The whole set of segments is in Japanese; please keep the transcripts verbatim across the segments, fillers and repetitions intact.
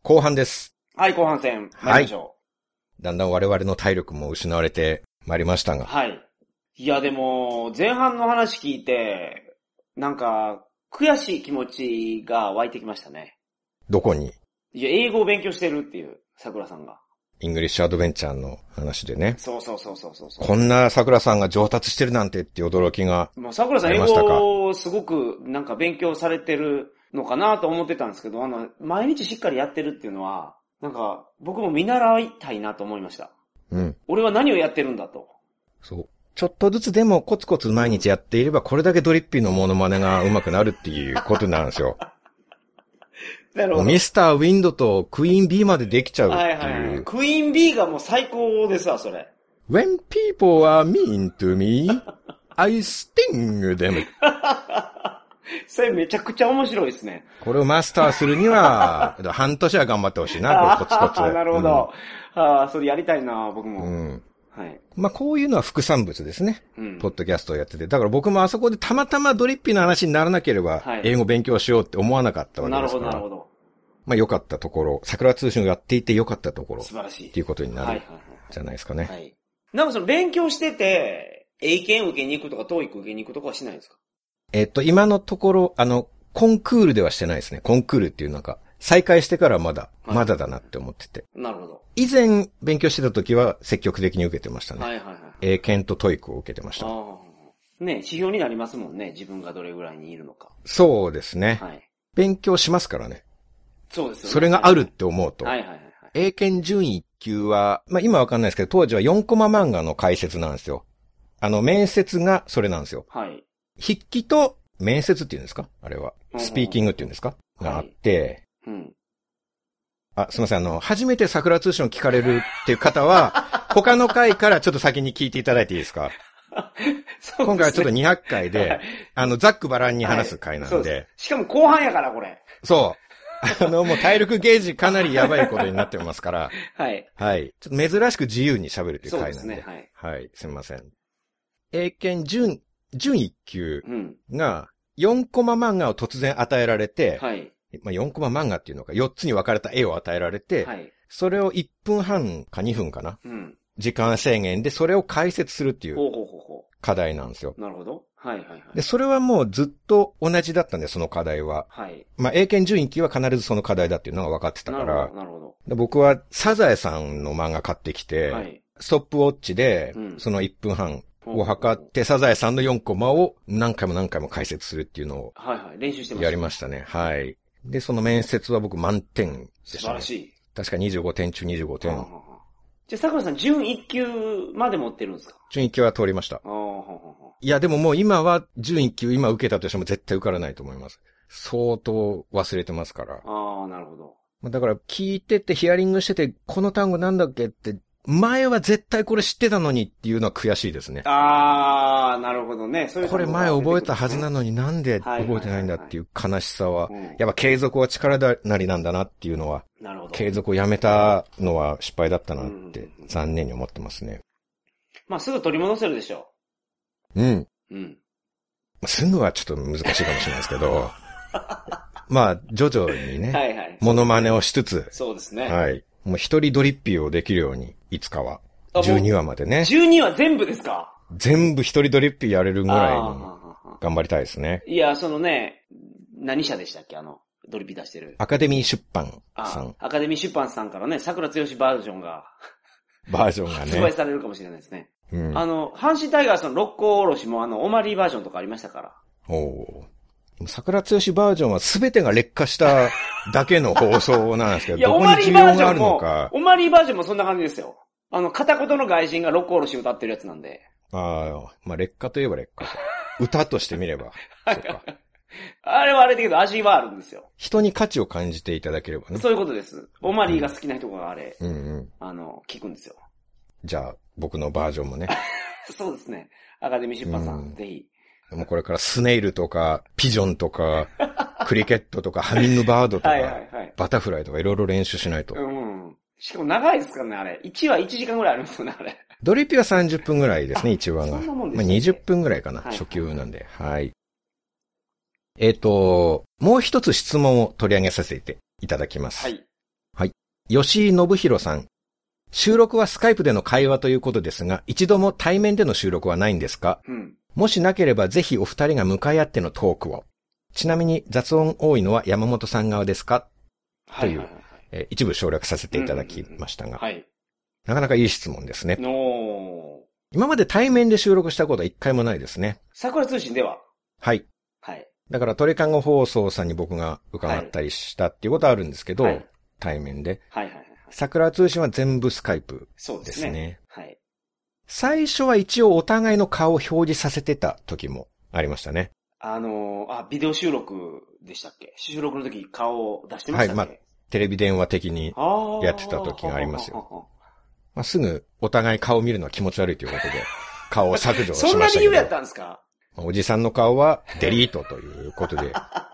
後半です。 はい、後半戦。参りましょう、はい。 だんだん我々の体力も失われてまいりましたが。 はい。いや、でも、前半の話聞いて、なんか、悔しい気持ちが湧いてきましたね。 どこに？ いや、英語を勉強してるっていう、桜さんが。 イングリッシュアドベンチャーの話でね。 そうそうそうそうそう。 こんな桜さんが上達してるなんてって驚きが。 もう桜さん英語をすごくなんか勉強されてるのかなと思ってたんですけど、あの、毎日しっかりやってるっていうのは、なんか僕も見習いたいなと思いました。 うん。 俺は何をやってるんだと。 そう。ちょっとずつでもコツコツ毎日やっていれば、これだけドリッピーのモノマネが上手くなるっていうことなんですよ。 なるほど。 ミスターウィンドとクイーン B までできちゃうっていう。はいはいはい。 クイーン B がもう最高ですわ、それ。 When people are mean to me, I sting them. それめちゃくちゃ面白いですね。 これをマスターするには、半年は頑張ってほしいな、コツコツ。 なるほど。うん、ああ、それやりたいな、僕も。 うん。 はい。 まあ、こういうのは副産物ですね。 うん。 ポッドキャストをやってて。だから僕もあそこでたまたまドリッピーの話にならなければ、英語勉強しようって思わなかったわけですから。なるほど、なるほど。まあ、良かったところ、桜通信をやっていて良かったところ。 素晴らしい。 っていうことになる。じゃないですかね。はい。はい、 なんかその勉強してて、英検受けに行くとか、トーイック受けに行くとかはしないんですか？ えっと、今のところ、あの、コンクールではしてないですね。コンクールっていうなんか、再開してからまだ、はい、まだだなって思ってて。 なるほど。 以前勉強してた時は積極的に受けてましたね。はいはいはい。英検とトイックを受けてました。ああ。ね、指標になりますもんね。自分がどれぐらいにいるのか。 そうですね。はい。勉強しますからね。 そうですよね。 それがあるって思うと。 はいはいはい。 英検準いっ級は、まあ今わかんないですけど、当時はよんコマ漫画の解説なんですよ。あの、面接がそれなんですよ。はい。筆記と面接っていうんですか？あれは。スピーキングっていうんですか？があって、はい、うん。あ、すみません。あの、初めて桜通信を聞かれるっていう方は、他の回からちょっと先に聞いていただいていいですか？そうですね、今回はちょっとにひゃっかいで、はい、あの、ざっくばらんに話す回なんで、はい、 しかも後半やから、これ。 そう。あの、もう体力ゲージかなりやばいことになってますから、はい。はい。ちょっと珍しく自由に喋るっていう回なんで。そうですね、はい。はい。すみません。英検準、準いっ級が、よんコマ漫画を突然与えられて、はい。まあ、よんコマ漫画っていうのか、よっつに分かれた絵を与えられて、はい。それをいっぷんはんかにふんかな。うん。時間制限でそれを解説するっていう課題なんですよ。 なるほど。はいはいはい。 で、それはもうずっと同じだったんで、その課題は。はい。まあ、英検準いっ級は必ずその課題だっていうのが分かってたから。なるほど。なるほど。で僕はサザエさんの漫画買ってきて、はい。ストップウォッチで、そのいっぷんはんを測って、サザエさんのよんコマを何回も何回も解説するっていうのを。はいはい。練習してました。やりましたね。はい。で、その面接は僕満点でしたね。素晴らしい。確かにじゅうごてん中にじゅうごてん。はあはあ、 じゃあ、桜さん、準いっ級まで持ってるんですか？ 準いっ級は通りました。あははは、いや、でももう今は準いっ級今受けたとしても絶対受からないと思います。相当忘れてますから。 ああ、なるほど。 だから聞いててヒアリングしてて、この単語なんだっけって、前は絶対これ知ってたのにっていうのは悔しいですね。 ああ、なるほどね。 そういうこれ前覚えたはずなのになんで覚えてないんだっていう悲しさは、やっぱ継続は力なりなんだなっていうのは、なるほど。継続をやめたのは失敗だったなって残念に思ってますね。 まあすぐ取り戻せるでしょう。うん。うん。すぐはちょっと難しいかもしれないですけど、まあ徐々にね、はいはい、モノマネをしつつ、 そうですね。 はい。もう一人ドリッピーをできるように、いつかは。じゅうにわまでね。 じゅうにわ全部ですか？ 全部一人ドリッピーやれるぐらいに頑張りたいですね。 いや、そのね、何社でしたっけ？あの、ドリッピー出してる。 アカデミー出版さん。 アカデミー出版さんからね、桜剛バージョンが。 バージョンがね。 発売されるかもしれないですね。うん、あの、阪神タイガースの六甲おろしもあの、オマリーバージョンとかありましたから。 おお。桜剛バージョンは全てが劣化しただけの放送なんですけど、どこに需要があるのか。 オマリーバージョンもそんな感じですよ。あの、片言の外人が六甲おろし歌ってるやつなんで。 ああ、まあ、劣化といえば劣化。歌としてみれば。そうか。 あれはあれだけど味はあるんですよ。 人に価値を感じていただければね。 そういうことです。オマリーが好きな人があれ、 うんうんうん、 あの、聞くんですよ。 じゃあ、僕のバージョンもね。 そうですね。アカデミー出版さん、うん、ぜひ。 でもこれからスネイルとか、ピジョンとか、クリケットとか、ハミングバードとか、はいはいはい、バタフライとかいろいろ練習しないと。うん。 しかも長いですからね、あれ。いちわいちじかんぐらいありますよね、あれ。 ドリピはさんじゅっぷんぐらいですね、いちわが。そんなもんですね。まあ、にじゅっぷんぐらいかな、はい、初級なんで。はい。えっと、もう一つ質問を取り上げさせていただきます。はい。はい。 吉井信弘さん。収録はスカイプでの会話ということですが、一度も対面での収録はないんですか？うん、もしなければぜひお二人が向かい合ってのトークを。ちなみに雑音多いのは山本さん側ですか？という、はいはいはい、えー、一部省略させていただきましたが、うんうんうん、はい、なかなかいい質問ですね。の今まで対面で収録したことは一回もないですね。 桜通信では？はい。はい。 だから鳥かご放送さんに僕が伺ったりしたっていうことはあるんですけど、はい、対面で。はいはいはい。桜通信は全部スカイプですね。そうですね。はい。最初は一応お互いの顔を表示させてた時もありましたね。 あのー、あ、ビデオ収録でしたっけ？収録の時顔を出してましたっけ？はい、まあ、 テレビ電話的にやってた時がありますよ。まあ、すぐお互い顔を見るのは気持ち悪いということで、顔を削除しましたけど。 そんな理由やったんですか？ おじさんの顔はデリートということで。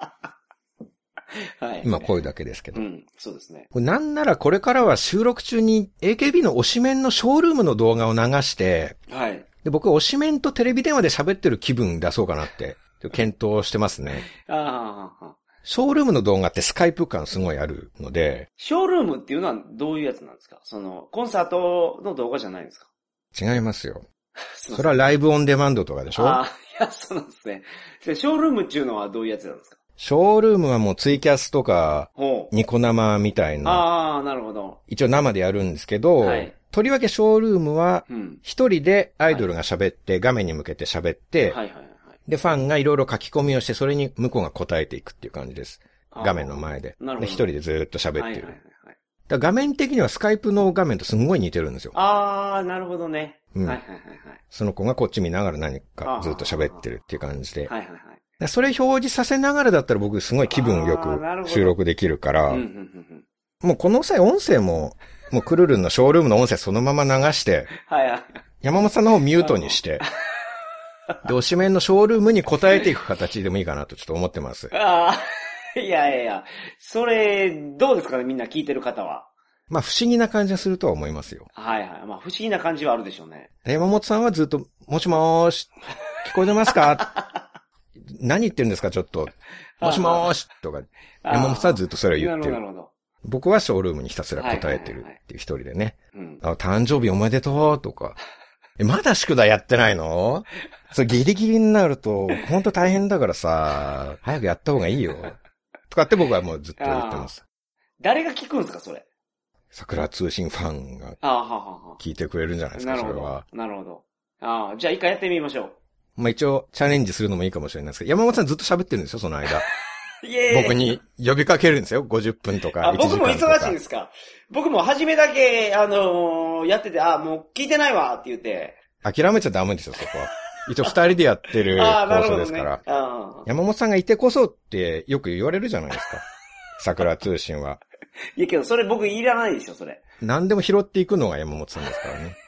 はい、今こういうだけですけど。うん、 そうですね。 なんならこれからは収録中に エーケービー の推しメンのショールームの動画を流して、はい。で、僕推しメンとテレビ電話で喋ってる気分出そうかなって、検討してますね。ああ。ショールームの動画ってスカイプ感すごいあるので。 ショールームっていうのはどういうやつなんですか？その、コンサートの動画じゃないんですか？ 違いますよ。それはライブオンデマンドとかでしょ？ああ、いや、そうなんですね。ショールームっていうのはどういうやつなんですか？ ショールームはもうツイキャスとか、ニコ生みたいな。 ああ、なるほど。 一応生でやるんですけど、はい、とりわけショールームは、一人でアイドルが喋って、はい、画面に向けて喋って、はいはいはい、で、ファンがいろいろ書き込みをして、それに向こうが答えていくっていう感じです。画面の前で。なるほど。で、一人でずーっと喋ってる。はいはいはい、だ画面的にはスカイプの画面とすんごい似てるんですよ。 ああ、なるほどね。 うん。はいはいはい、はい。その子がこっち見ながら何かずっと喋ってるっていう感じで。はいはいはい。それ表示させながらだったら僕すごい気分よく収録できるから、うんうんうんうん、もうこの際音声も、もうクルルンのショールームの音声そのまま流して、はいはい、山本さんの方ミュートにして、で、推しメンのショールームに答えていく形でもいいかなとちょっと思ってます。 ああ、いやいやいや、それ、どうですかね、みんな聞いてる方は。 まあ不思議な感じがするとは思いますよ。 はいはい。まあ不思議な感じはあるでしょうね。 山本さんはずっと、もしもーし、聞こえてますか何言ってるんですかちょっと。もしもーしとか。山本さんはずっとそれを言ってる。なるほど。僕はショールームにひたすら答えてるっていう一人でね。あ、誕生日おめでとうとか。え、まだ宿題やってないの？それギリギリになると、ほんと大変だからさ、早くやった方がいいよ。とかって僕はもうずっと言ってます。 誰が聞くんですかそれ。 桜通信ファンが聞いてくれるんじゃないですか、それは。 なるほど。ああ、じゃあ一回やってみましょう。 まあ一応チャレンジするのもいいかもしれないですけど、山本さんずっと喋ってるんですよ、その間。いえいえ僕に呼びかけるんですよ、ごじゅっぷんとかいちじかんとか。 僕も忙しいんですか？僕も初めだけ、あのー、やってて、あ、もう聞いてないわって言って。 諦めちゃダメですよ、そこは。一応二人でやってる放送ですから。ね、山本さんがいてこそってよく言われるじゃないですか。桜通信は。 いやけど、それ僕いらないでしょ、それ。 何でも拾っていくのが山本さんですからね。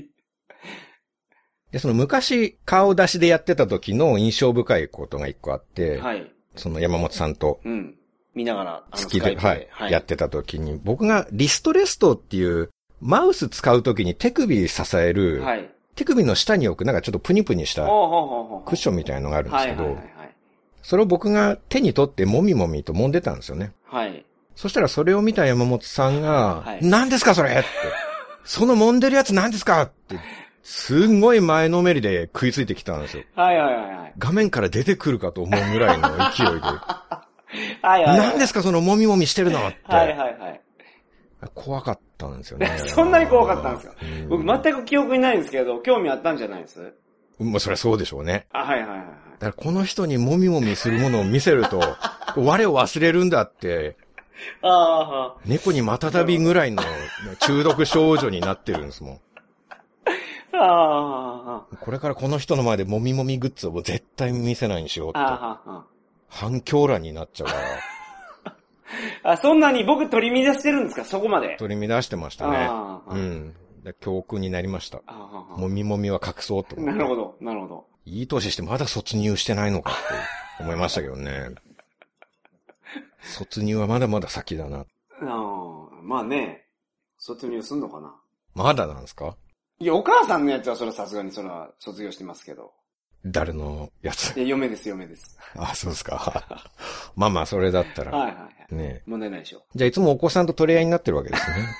で、その昔顔出しでやってた時の印象深いことが一個あって、はい。その山本さんと、うん。 見ながら、 好きで、はい、はい。やってた時に、僕がリストレストっていうマウス使う時に手首支える、はい。手首の下に置くなんかちょっとプニプニしたクッションみたいなのがあるんですけど、それを僕が手に取ってもみもみと揉んでたんですよね。はい。そしたらそれを見た山本さんが、はい、何ですかそれって。その揉んでるやつ何ですかって、すんごい前のめりで食いついてきたんですよ。はいはいはいはい。画面から出てくるかと思うぐらいの勢いで。はいはいはい。何ですかそのもみもみしてるのって。はいはいはい。怖かったんですよね。 そんなに怖かったんですか？僕全く記憶にないんですけど、興味あったんじゃないです？ まあそりゃそうでしょうね。 あ、はいはいはい。だからこの人にもみもみするものを見せると、我を忘れるんだって、ああ。猫にまたたびぐらいの中毒少女になってるんですもん。ああ。これからこの人の前でもみもみグッズを絶対見せないにしようって。反響欄になっちゃうから。 あ、そんなに僕取り乱してるんですかそこまで。 取り乱してましたね。うん。教訓になりました。もみもみは隠そうと思って。 なるほど、なるほど。 いい年してまだ卒入してないのかって思いましたけどね。卒入はまだまだ先だな。ああ、まあね。卒入すんのかな。 まだなんですか？ いや、お母さんのやつはそれはさすがにそれは卒業してますけど。 誰のやつ？ いや、嫁です、嫁です。 あ、そうですか。まあまあ、それだったら。 はいはいはい。 ね。 問題ないでしょ。 じゃあ、いつもお子さんと取り合いになってるわけですね。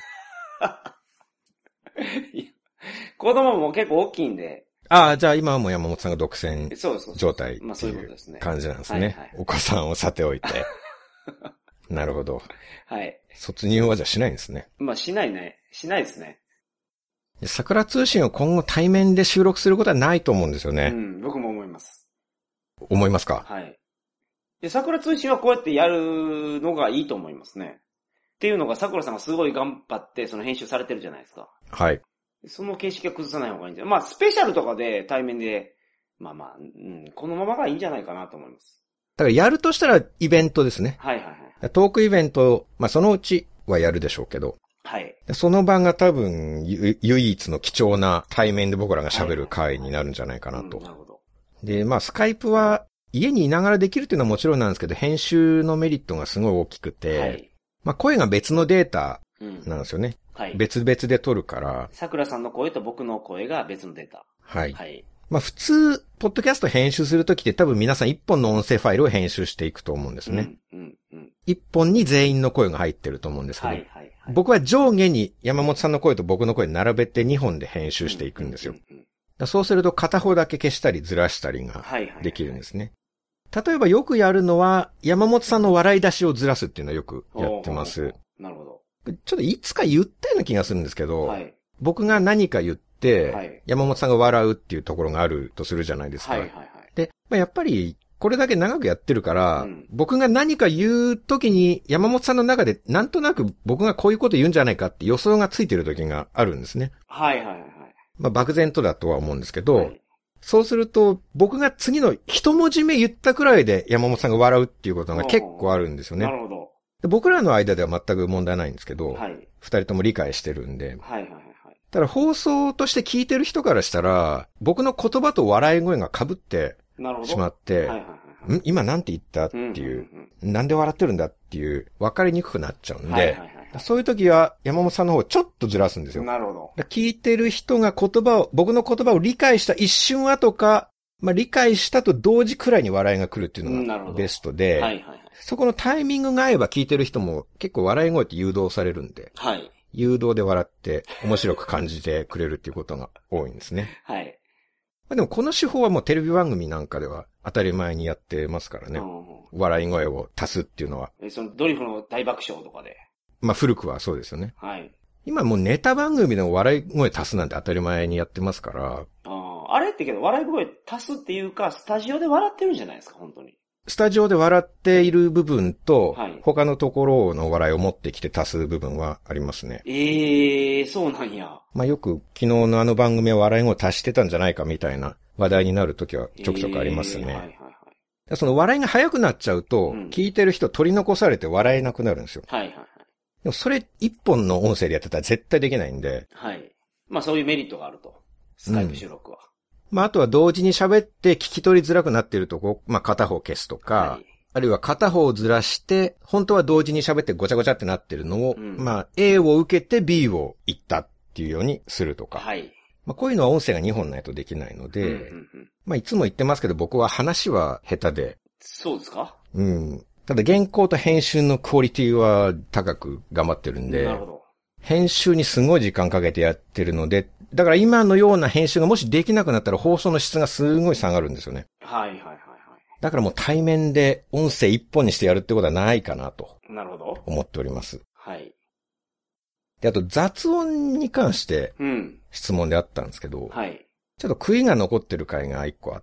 子供も結構大きいんで。 ああ、じゃあ今はもう山本さんが独占状態ってまあそういういうことですね。 感じなんですね。 はいはい、 お子さんをさておいて。なるほど。 はい。 卒入はじゃあしないんですね。 まあしないね。しないですね。 桜通信を今後対面で収録することはないと思うんですよね。 うん、僕も思います。 思いますか？ はい。で、桜通信はこうやってやるのがいいと思いますね。っていうのが桜さんがすごい頑張ってその編集されてるじゃないですか。 はい。 その形式は崩さない方がいいんじゃない。まあスペシャルとかで対面で、まあまあ、うん、このままがいいんじゃないかなと思います。 だからやるとしたらイベントですね。 はいはいはい。 トークイベント、まあそのうちはやるでしょうけど。 はい。 その場が多分唯一の貴重な対面で僕らが喋る会になるんじゃないかなと。 なるほど。 で、まあスカイプは家にいながらできるっていうのはもちろんなんですけど、編集のメリットがすごい大きくて、はい、まあ声が別のデータなんですよね。うん、はい。別々で撮るから。 桜さんの声と僕の声が別のデータ。 はい。はい。まあ普通、ポッドキャスト編集するときって多分皆さん一本の音声ファイルを編集していくと思うんですね。うんうんうん、一本に全員の声が入ってると思うんですけど、はいはいはい、僕は上下に山本さんの声と僕の声並べてにほんで編集していくんですよ。うんうんうん、そうすると片方だけ消したりずらしたりができるんですね。はいはいはい、例えばよくやるのは山本さんの笑い出しをずらすっていうのはよくやってます。 なるほど。 ちょっといつか言ったような気がするんですけど、はい、僕が何か言って、はい、山本さんが笑うっていうところがあるとするじゃないですか。はいはいはい、で、まあ、やっぱりこれだけ長くやってるから、うん、僕が何か言うときに山本さんの中でなんとなく僕がこういうこと言うんじゃないかって予想がついてる時があるんですね。はいはいはい。まあ漠然とだとは思うんですけど、はい、そうすると僕が次の一文字目言ったくらいで山本さんが笑うっていうことが結構あるんですよね。なるほど。僕らの間では全く問題ないんですけど、はい、二人とも理解してるんで。はいはいはい。ただ放送として聞いてる人からしたら、僕の言葉と笑い声が被ってしまって、はいはいはいはい、ん今なんて言ったっていう、うんうんうん、なんで笑ってるんだっていう、分かりにくくなっちゃうんで、はいはいはいはい、そういう時は山本さんの方ちょっとずらすんですよ。なるほど。聞いてる人が言葉を、僕の言葉を理解した一瞬後か、まあ理解したと同時くらいに笑いが来るっていうのがベストで、はいはいはい、そこのタイミングが合えば聞いてる人も結構笑い声って誘導されるんで、はい、誘導で笑って面白く感じてくれるっていうことが多いんですね。はい。まあ、でもこの手法はもうテレビ番組なんかでは当たり前にやってますからね。うん、笑い声を足すっていうのは。 え、そのドリフの大爆笑とかで。 まあ古くはそうですよね。はい。今もうネタ番組でも笑い声足すなんて当たり前にやってますから。 ああ、あれってけど笑い声足すっていうか、スタジオで笑ってるんじゃないですか、本当に。 スタジオで笑っている部分と、はい、他のところの笑いを持ってきて足す部分はありますね。 ええー、そうなんや。 まあよく昨日のあの番組は笑い声を足してたんじゃないかみたいな話題になるときはちょくちょくありますね。えー、はいはいはい。その笑いが早くなっちゃうと、うん、聞いてる人取り残されて笑えなくなるんですよ。はいはいはい。でもそれ一本の音声でやってたら絶対できないんで。 はい。まあそういうメリットがあると。スカイプ収録は。うんまあ、あとは同時に喋って聞き取りづらくなっているとこ、まあ、片方消すとか、はい、あるいは片方をずらして、本当は同時に喋ってごちゃごちゃってなってるのを、うん、まあ、A を受けて B を言ったっていうようにするとか。はい。まあ、こういうのは音声がにほんないとできないので、うんうんうん、まあ、いつも言ってますけど僕は話は下手で。 そうですか？ うん。ただ原稿と編集のクオリティは高く頑張ってるんで、なるほど。編集にすごい時間かけてやってるので、だから今のような編集がもしできなくなったら放送の質がすごい下がるんですよね。はいはいはいはい。だからもう対面で音声一本にしてやるってことはないかなと。なるほど。思っております。はい。で、あと雑音に関して質問であったんですけど、うん、はい。ちょっと悔いが残ってる回が一個あって、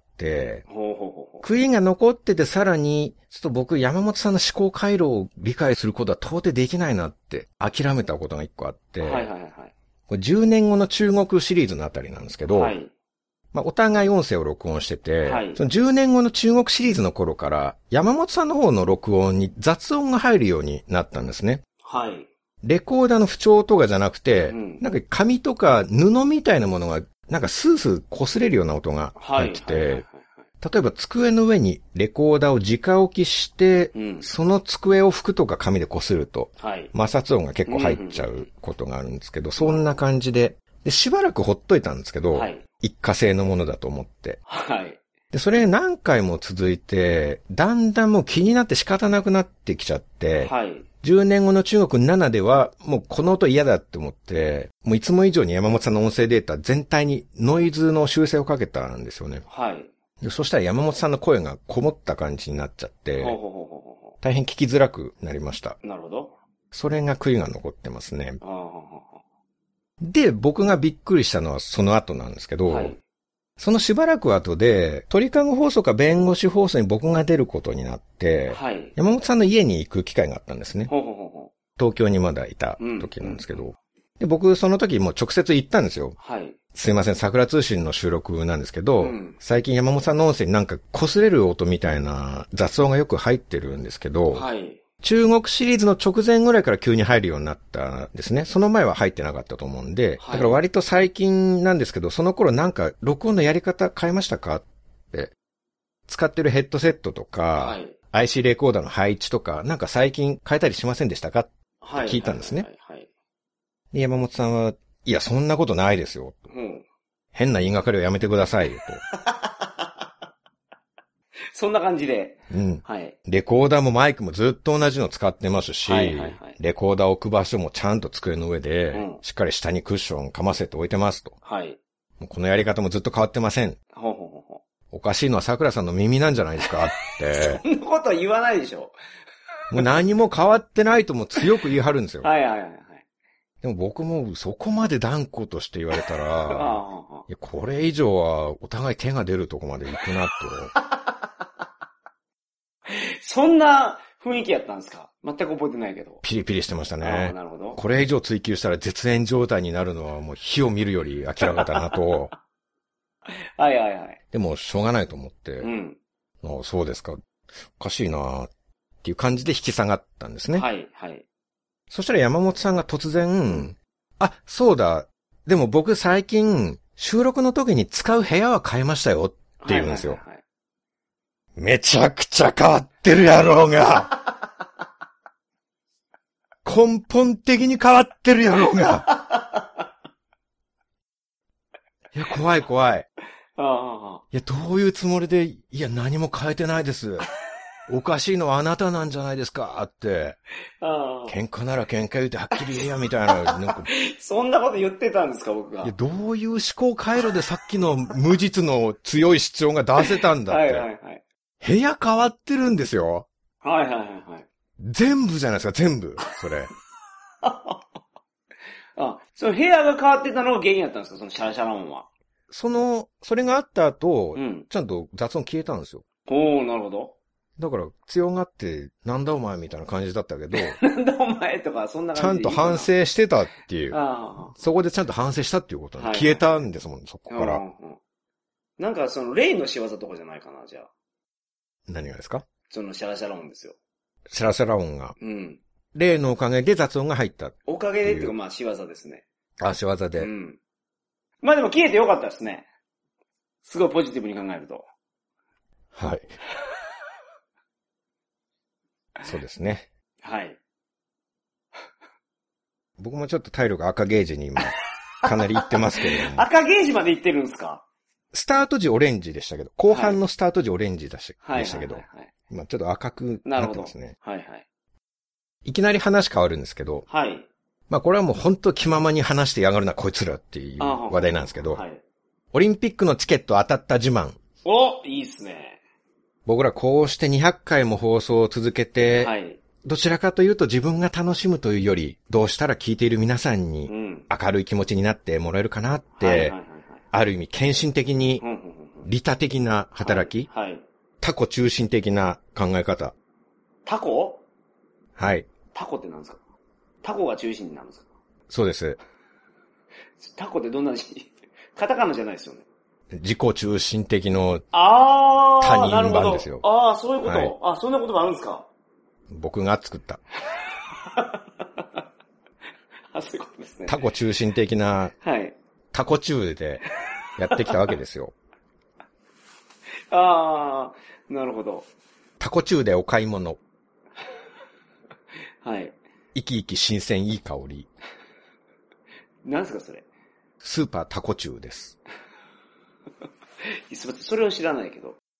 ほうほうほうほう。悔いが残っててさらに、ちょっと僕山本さんの思考回路を理解することは到底できないなって諦めたことが一個あって、はいはいはい。これじゅうねんごの中国シリーズのあたりなんですけど、はい。まあ、お互い音声を録音してて、はい。そのじゅうねんごの中国シリーズの頃から、山本さんの方の録音に雑音が入るようになったんですね。はい。レコーダーの不調とかじゃなくて、うん、なんか紙とか布みたいなものが、なんかスースー擦れるような音が入ってて、はいはいはいはい、例えば机の上にレコーダーを直置きして、うん、その机を服とか紙で擦ると、はい、摩擦音が結構入っちゃうことがあるんですけど、うん、そんな感じで、で、しばらくほっといたんですけど、はい、一過性のものだと思って。はい。 で、それ何回も続いて、だんだんもう気になって仕方なくなってきちゃって、はい。じゅうねんごの中国ななでは、もうこの音嫌だって思って、もういつも以上に山本さんの音声データ全体にノイズの修正をかけたんですよね。はい。でそしたら山本さんの声がこもった感じになっちゃって、ほうほうほうほう大変聞きづらくなりました。なるほど。それが悔いが残ってますね。で、僕がびっくりしたのはその後なんですけど、はい、そのしばらく後で、鳥かご放送か弁護士放送に僕が出ることになって、はい、山本さんの家に行く機会があったんですね。ほうほうほう東京にまだいた時なんですけど、うん、で僕その時もう直接行ったんですよ。はい、すいません、桜通信の収録なんですけど、うん、最近山本さんの音声になんか擦れる音みたいな雑音がよく入ってるんですけど、はい中国シリーズの直前ぐらいから急に入るようになったんですね。その前は入ってなかったと思うんで、はい、だから割と最近なんですけど、その頃なんか録音のやり方変えましたかって、使ってるヘッドセットとか、はい、アイシー レコーダーの配置とか、なんか最近変えたりしませんでしたかって聞いたんですね。はいはいはいはい、で山本さんは、いや、そんなことないですよ。うん、変な言いがかりをやめてくださいよと。 そんな感じで。 うん。はい。レコーダーもマイクもずっと同じの使ってますし、はいはいはい、レコーダー置く場所もちゃんと机の上で、うん、しっかり下にクッションかませて置いてますと。はい。このやり方もずっと変わってません。ほうほうほうほうおかしいのは桜さんの耳なんじゃないですかって。 そんなこと言わないでしょ。 もう何も変わってないとも強く言い張るんですよ。 はいはいはい。 でも僕もそこまで断固として言われたら、いやこれ以上はお互い手が出るとこまで行くなと。 そんな雰囲気やったんですか？全く覚えてないけど。 ピリピリしてましたね。なるほど。これ以上追求したら絶縁状態になるのはもう火を見るより明らかだなと。 はいはいはい。 でもしょうがないと思って。うん。ああそうですか。おかしいなっていう感じで引き下がったんですね。はいはい。そしたら山本さんが突然、うん、あ、そうだ。でも僕最近収録の時に使う部屋は変えましたよって言うんですよ。はいはいはいはい、めちゃくちゃ変わってるやろうが根本的に変わってるやろうがいや、怖い怖い。あいや、どういうつもりで、いや、何も変えてないです。おかしいのはあなたなんじゃないですかって。あ喧嘩なら喧嘩言うてはっきり言えや、みたいな。なんかそんなこと言ってたんですか、僕が。 いや、どういう思考回路でさっきの無実の強い主張が出せたんだって。はいはいはい。部屋変わってるんですよ。 はいはいはいはい。 全部じゃないですか、全部。それ。 あ、その部屋が変わってたのが原因だったんですか、そのシャラシャラ音は。 その、それがあった後、うん、ちゃんと雑音消えたんですよ。 おー、なるほど。 だから、強がって、なんだお前みたいな感じだったけど、 なんだお前とか、そんな感じでいい。ちゃんと反省してたっていう。あそこでちゃんと反省したっていうことなんで、はいはい、消えたんですもん、そこから。うんうん、 なんか、その、レイの仕業とかじゃないかな、じゃあ。 何がですか？ その、シャラシャラ音ですよ。 シャラシャラ音が。うん。レイのおかげで雑音が入った。 おかげでっていうか、まあ、仕業ですね。 あ、仕業で。 うん。まあでも消えてよかったですね。すごいポジティブに考えると。 はい。そうですね。はい。僕もちょっと体力赤ゲージに今、かなり行ってますけれども。 赤ゲージまで行ってるんですか？ スタート時オレンジでしたけど、後半のスタート時オレンジでした,、はい、でしたけど、はいはいはいはい、今ちょっと赤くなってますね。はいはい。いきなり話変わるんですけど、はい。まあこれはもう本当気ままに話してやがるなこいつらっていう話題なんですけど、はい。オリンピックのチケット当たった自慢。 お、いいっすね。 僕らこうしてにひゃっかいも放送を続けて、はい、どちらかというと自分が楽しむというより、どうしたら聞いている皆さんに明るい気持ちになってもらえるかなって、ある意味献身的に、利他的な働き、はいはい、他己中心的な考え方。 他己？ はい。 他己って何ですか？他己が中心になるんですか？ そうです。 他己ってどんな字？カタカナじゃないですよね。 自己中心的の他人版ですよ。 ああ、そういうこと、はい。あ、そんなこともあるんですか？ 僕が作った。 あ、そういうことですね。 他己中心的な、はい。他己中でやってきたわけですよ。 ああ、なるほど。 他己中でお買い物。 はい。 生き生き新鮮いい香り。 何ですかそれ？ スーパータコ中です。 それを知らないけど。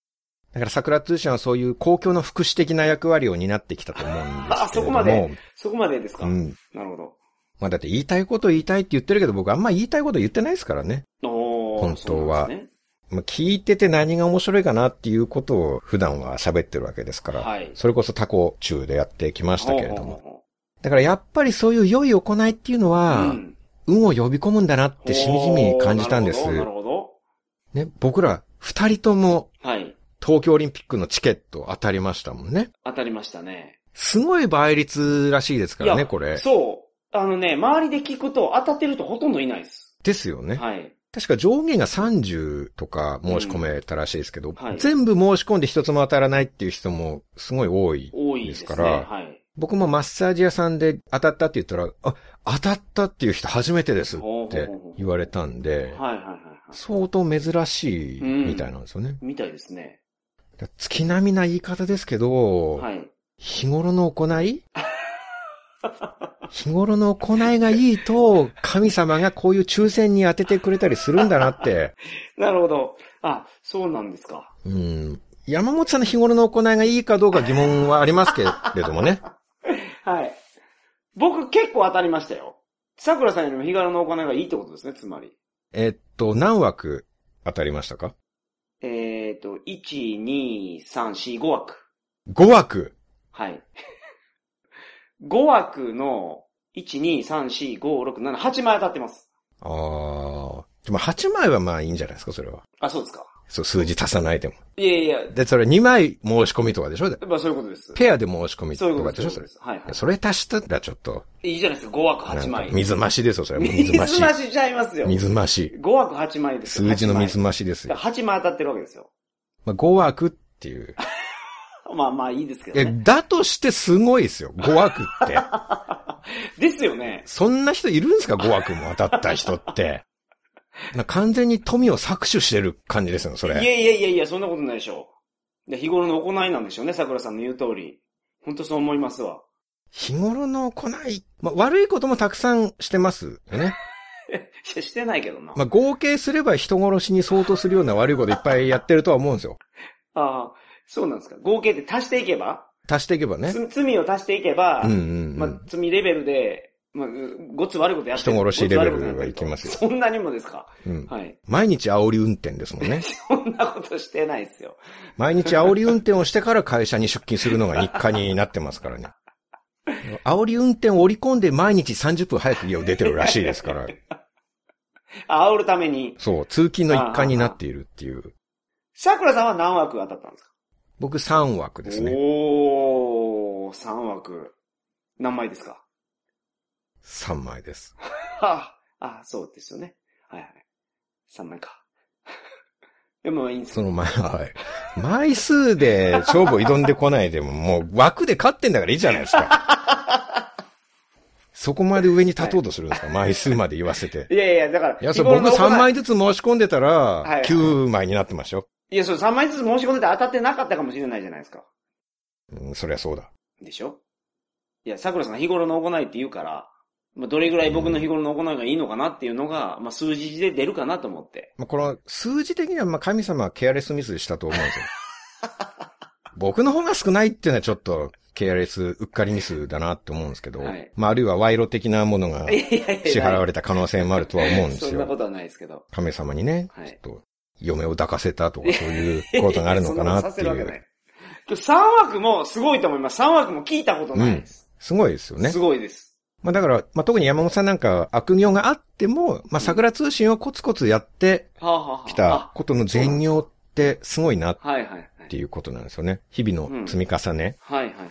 だから桜通信はそういう公共の福祉的な役割を担ってきたと思うんですけれども。 あ、そこまで、そこまでですか。うん。なるほど。 まあだって言いたいこと言いたいって言ってるけど、僕あんま言いたいこと言ってないですからね。 おー。 本当は。ね、まあ、聞いてて何が面白いかなっていうことを普段は喋ってるわけですから。はい。それこそタコ中でやってきましたけれども。ほうほうほう、だからやっぱりそういう良い行いっていうのは、うん、運を呼び込むんだなってしみじみ感じたんです。 なるほど。 ね、僕ら二人とも、はい。東京オリンピックのチケット当たりましたもんね。 当たりましたね。 すごい倍率らしいですからね、これ。 そう。あのね、周りで聞くと当たってるとほとんどいないです。 ですよね。 はい。 確か上限がさんじゅうとか申し込めたらしいですけど、うんはい、全部申し込んで一つも当たらないっていう人もすごい多いですから、多いですね。はい。僕もマッサージ屋さんで当たったって言ったら、あ、当たったっていう人初めてですって言われたんで、はいはいはいはい、相当珍しいみたいなんですよね。 うん、みたいですね。 月並みな言い方ですけど、はい、日頃の行い日頃の行いがいいと、神様がこういう抽選に当ててくれたりするんだなって。 なるほど。あ、そうなんですか。 うん。山本さんの日頃の行いがいいかどうか疑問はありますけれどもね。 はい。僕結構当たりましたよ。桜さんよりも日頃の行いがいいってことですね、つまり。 えっと、何枠当たりましたか？ えっと、いち、に、さん、よん、ご枠。 ご枠？ はい。ご枠のいち、に、さん、よん、ご、ろく、なな、はちまい当たってます。 ああ。でもはちまいはまあいいんじゃないですか、それは。 あ、そうですか。 そう、数字足さないでも。 いやいや。 で、それにまい申し込みとかでしょ？ まあそういうことです。 ペアで申し込みとかでしょ？ そういうことです。はい、はい。 それ足したらちょっと。 いいじゃないですか、ご枠はちまい。 水増しですよ、それは。水増し。 水増しちゃいますよ。 水増し。 ご枠はちまいですよ。数字の水増しですよ。 はちまい当たってるわけですよ。 まあご枠っていう。 まあまあいいですけどね。 え、だとしてすごいですよ、ご枠って。 ですよね。 そんな人いるんですか、ご枠も当たった人って。完全に富を搾取してる感じですよ、それ。 いやいやいやいや、そんなことないでしょう。で日頃の行いなんでしょうね、桜さんの言う通り。本当そう思いますわ。 日頃の行い、まあ、悪いこともたくさんしてますよね。 いや、してないけどな。 まあ、合計すれば人殺しに相当するような悪いこといっぱいやってるとは思うんですよ。 ああ、そうなんですか。合計って足していけば足していけばね。 罪を足していけば、 うんうんうん、 まあ、罪レベルで、まあ、ごっつ悪いことやってる。 人殺しレベルはいきますよ。 そんなにもですか、 うん、 はい。 毎日煽り運転ですもんね。 そんなことしてないですよ。 毎日煽り運転をしてから会社に出勤するのが日課になってますからね。煽り運転を織り込んで毎日さんじゅっぷん早く家を出てるらしいですから。 煽るために。 そう、通勤の一環になっているっていう。 桜さんは何枠当たったんですか？ 僕さん枠ですね。 おー、さん枠。何枚ですか？ さんまいです。 はあ、あ、そうですよね。はいはい。さんまいか。でもいいんですその前は、枚数で勝負を挑んでこないでも、もう枠で勝ってんだからいいじゃないですか。そこまで上に立とうとするんですか、はい、枚数まで言わせて。 いやいや、だから。 いや、それ僕さんまいずつ申し込んでたら、きゅうまいになってましたよ。 いや、それさんまいずつ申し込んでて当たってなかったかもしれないじゃないですか。 うん、そりゃそうだ。 でしょ？いや、桜さん日頃の行いって言うから、まあ、どれぐらい僕の日頃の行いがいいのかなっていうのが、まあ、数字で出るかなと思って。 まあ、この数字的には、まあ、神様はケアレスミスしたと思うんですよ。僕の方が少ないっていうのはちょっと、ケアレスうっかりミスだなって思うんですけど、はい、まあ、あるいは賄賂的なものが支払われた可能性もあるとは思うんですよ。 そんなことはないですけど。 神様にね、はい、ちょっと、嫁を抱かせたとかそういうことがあるのかなっていう。 いさん枠もすごいと思います。さん枠も聞いたことないです。 うん、すごいですよね。 すごいです。 まあだから、まあ特に山本さんなんか悪行があっても、まあ桜通信をコツコツやってきたことの全容ってすごいなっていうことなんですよね。日々の積み重ね。 はいはいはいはい。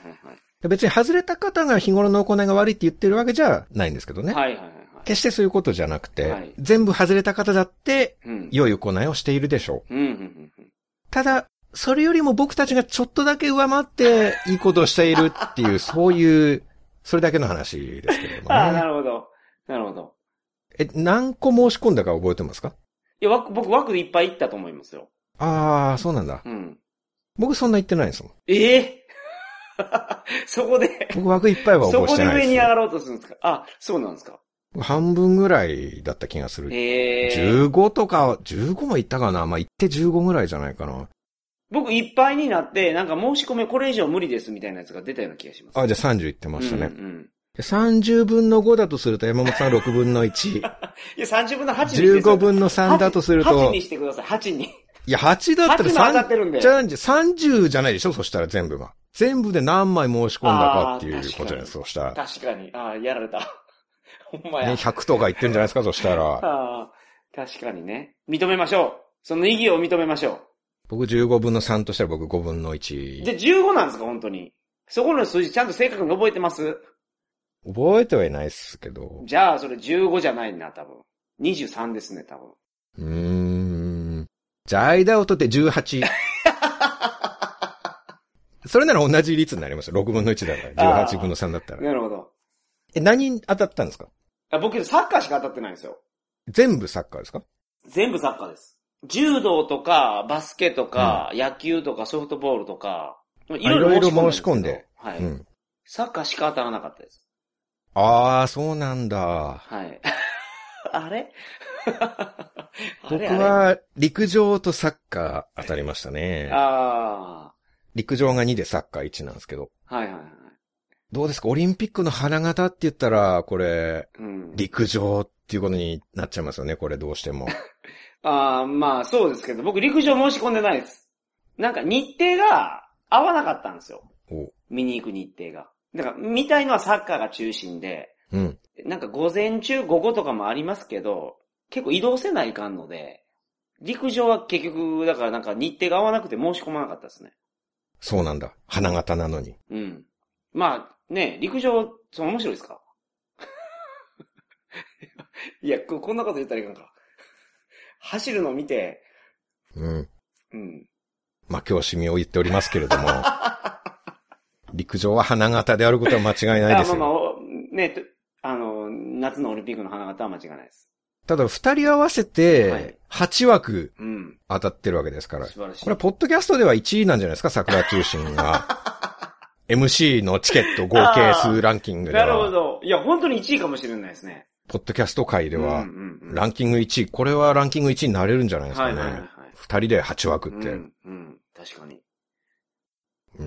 別に外れた方が日頃の行いが悪いって言ってるわけじゃないんですけどね。 はいはいはい。 決してそういうことじゃなくて、はい、全部外れた方だって良い行いをしているでしょう。 うんうんうんうん、 ただ、それよりも僕たちがちょっとだけ上回っていいことをしているっていう、そういうそれだけの話ですけれどもね。 ああ、なるほど。なるほど。 え、何個申し込んだか覚えてますか？ いや、枠、僕枠でいっぱい行ったと思いますよ。 ああ、そうなんだ。 うん。 僕そんな行ってないんですもん。 ええー、そこで。 僕枠いっぱいは応募してないです。 そこで上に上がろうとするんですか？あ、そうなんですか。 半分ぐらいだった気がする。 ええー。 じゅうごとか、じゅうごも行ったかな？まあ、行ってじゅうごぐらいじゃないかな。 僕いっぱいになって、なんか申し込みこれ以上無理ですみたいなやつが出たような気がします。 あ、じゃあさんじゅういってましたね。 うんうん、 さんじゅうぶんのごだとすると山本さんろくぶんのいち。いや、さんじゅうぶんのはちにじゅうごぶんのさんだとすると。 はちにしてください、はちに。 いや、はちだったらさんじゅう当たってるんで。 じゃあ、さんじゅうじゃないでしょそしたら全部が。全部で何枚申し込んだかっていうことじゃないですか、そしたら。 確かに。ああ、やられた。ほんまや。 ね、ひゃくとか言ってるんじゃないですか、そしたら。 ああ、確かにね。認めましょう。その意義を認めましょう。 僕じゅうごぶんのさんとしたら僕ごぶんのいち。 じゃあじゅうごなんですか、本当に。そこの数字ちゃんと正確に覚えてます？ 覚えてはいないっすけど。 じゃあ、それじゅうごじゃないな、多分。にじゅうさんですね、多分。 うーん。じゃあ、間を取ってじゅうはち。それなら同じ率になりますよ。ろくぶんのいちだから。じゅうはちぶんのさんだったら。 なるほど。 え、何当たったんですか？ あ、僕、サッカーしか当たってないんですよ。 全部サッカーですか？ 全部サッカーです。柔道とか、バスケとか、うん、野球とか、ソフトボールとか、いろいろ申し込んで。はい、うん。サッカーしか当たらなかったです。 ああ、そうなんだ。 はい。あれ僕は陸上とサッカー当たりましたね。 ああ。 陸上がにでサッカーいちなんですけど。 はいはいはい。 どうですか？オリンピックの花形って言ったら、これ、うん、陸上っていうことになっちゃいますよね、これどうしても。 ああ、まあそうですけど、僕陸上申し込んでないです。なんか日程が合わなかったんですよ。見に行く日程が。だから見たいのはサッカーが中心で、 うん、 なんか午前中午後とかもありますけど、結構移動せないかんので、陸上は結局、だからなんか日程が合わなくて申し込まなかったですね。 そうなんだ。花形なのに。 うん。まあね、陸上、その面白いですか？いやこ、こんなこと言ったらいかんか。走るのを見て、 うん。 うん。 まあ、教師味を言っておりますけれども、陸上は花形であることは間違いないですよ。 あ、まあまあ、ね、あの、夏のオリンピックの花形は間違いないです。 ただ、二人合わせて、はちわく当たってるわけですから。 素晴らしい。 これは、ポッドキャストではいちいなんじゃないですか、桜中心が。エムシー のチケット合計数ランキングでは。 なるほど。いや、本当にいちいかもしれないですね。 ポッドキャスト界では、ランキングいちい、これはランキングいちいになれるんじゃないですかね。はいはいはい。二人ではちわくって。 うん、うん、確かに。 うん。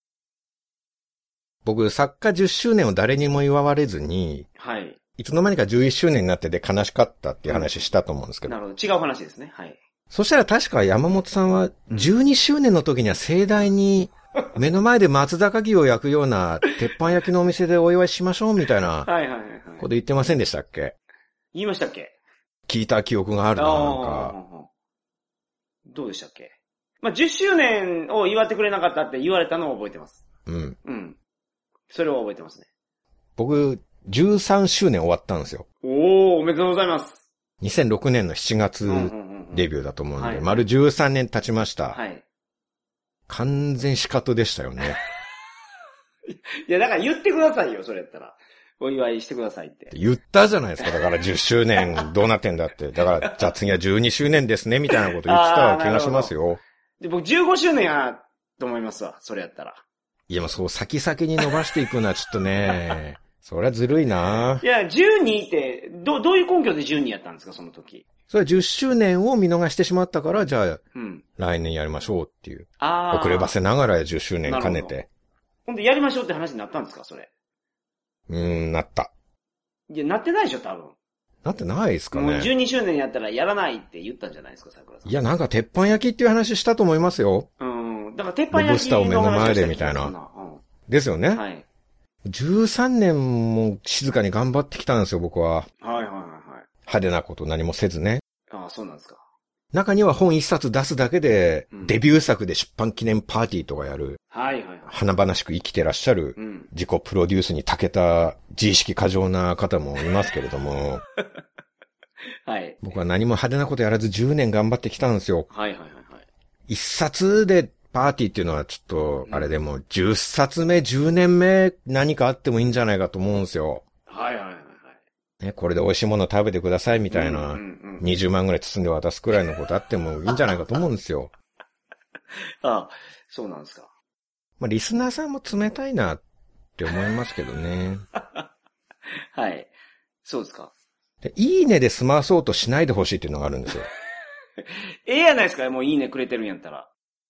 僕、作家じゅっしゅうねんを誰にも祝われずに、 はい。 いつの間にかじゅういっしゅうねんになってて悲しかったっていう話したと思うんですけど。 なるほど。違う話ですね。はい。 そしたら確か山本さんはじゅうにしゅうねんの時には盛大に目の前で松坂牛を焼くような鉄板焼きのお店でお祝いしましょうみたいなはいはいはいこと言ってませんでしたっけ？ 言いましたっけ？ 聞いた記憶があるな、なんか。 どうでしたっけ？まあ、じゅっしゅうねんを祝ってくれなかったって言われたのを覚えてます。 うん。 うん。それは覚えてますね。 僕、じゅうさんしゅうねん終わったんですよ。 おー、おめでとうございます。 にせんろくねんのしちがつデビューだと思うんで、うんうんうん、丸じゅうさんねん経ちました。 はい。 完全仕方でしたよね。 いや、だから言ってくださいよ、それやったら。お祝いしてくださいって。 言ったじゃないですか。だからじゅっしゅうねんどうなってんだって。だから、じゃあ次はじゅうにしゅうねんですね、みたいなこと言ってた気がしますよ。 で僕じゅうごしゅうねんやと思いますわ、それやったら。 いや、もうそう、先々に伸ばしていくのはちょっとね、それはずるいな。 いや、じゅうにって、ど、どういう根拠でじゅうにやったんですか、その時。 それはじゅっしゅうねんを見逃してしまったから、じゃあ、うん、来年やりましょうっていう。ああ。遅ればせながらじゅっしゅうねん兼ねて。 ほんで、やりましょうって話になったんですか、それ。 うーん、なった。 いや、なってないでしょ、多分。 なってないですかね。 もうじゅうにしゅうねんやったらやらないって言ったんじゃないですか、桜さん。 いや、なんか鉄板焼きっていう話したと思いますよ。 うん。だから鉄板焼きロブスターを目の前でみたいな。うん、ですよね。 はい。 じゅうさんねんも静かに頑張ってきたんですよ、僕は。 はいはいはいはい。 派手なこと何もせずね。 ああ、そうなんですか。 中には本一冊出すだけで、うん、デビュー作で出版記念パーティーとかやる。 はいはいはい。 華々しく生きてらっしゃる、うん、自己プロデュースに長けた自意識過剰な方もいますけれども。 はい。 僕は何も派手なことやらずじゅうねん頑張ってきたんですよ。 はいはいはいはい。 一冊でパーティーっていうのはちょっと、あれでも、じゅっさつめ、じゅうねんめ何かあってもいいんじゃないかと思うんですよ。 はいはいはいはい。 ね、これで美味しいもの食べてくださいみたいな、うんうんうん、にじゅうまんぐらい包んで渡すくらいのことあってもいいんじゃないかと思うんですよ。 ああ、そうなんですか。 まあ、リスナーさんも冷たいなって思いますけどね。 はい。そうですか。 で、いいねで済まそうとしないでほしいっていうのがあるんですよ。 ええやないですか、もういいねくれてるんやったら。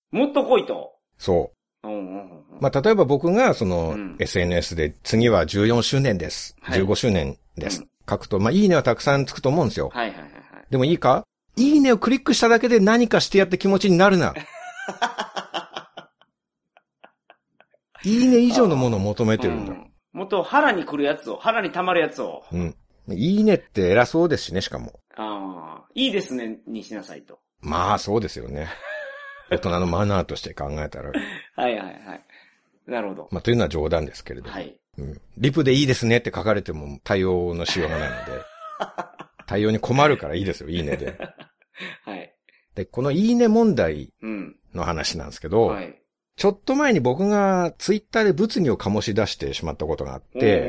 もっと来いと。 そう。うんうんうん、まあ、例えば僕がその、うん、エスエヌエス で次はじゅうよんしゅうねんです。はい、じゅうごしゅうねんです。うん、書くと、まあ、いいねはたくさんつくと思うんですよ。 はいはいはいはい。 でもいいか？いいねをクリックしただけで何かしてやって気持ちになるな。いいね以上のものを求めてるんだ。うん、 もっと腹に来るやつを、腹に溜まるやつを。 うん。いいねって偉そうですしね、しかも。 ああ、いいですねにしなさいと。 まあ、そうですよね。大人のマナーとして考えたら。 はいはいはい。なるほど。 まあ、というのは冗談ですけれども。 はい。 うん。リプでいいですねって書かれても対応のしようがないので。対応に困るからいいですよ、いいねで。 はい。 で、このいいね問題の話なんですけど、うん、はい、ちょっと前に僕がツイッターで物議を醸し出してしまったことがあって、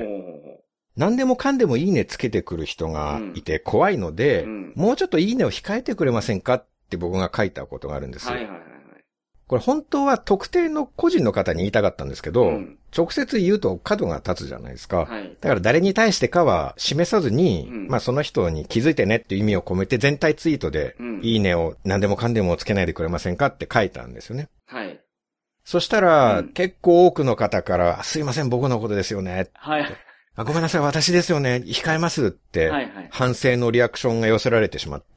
何でもかんでもいいねつけてくる人がいて怖いので、うん、もうちょっといいねを控えてくれませんかって僕が書いたことがあるんですよ。はいはいはい。これ本当は特定の個人の方に言いたかったんですけど、うん、直接言うと角が立つじゃないですか。はい、だから誰に対してかは示さずに、うん、まあその人に気づいてねっていう意味を込めて全体ツイートで、うん、いいねを何でもかんでもつけないでくれませんかって書いたんですよね。はい。そしたら、うん、結構多くの方から、すいません僕のことですよね。はい。あ、ごめんなさい私ですよね。控えますって、はいはい、反省のリアクションが寄せられてしまって、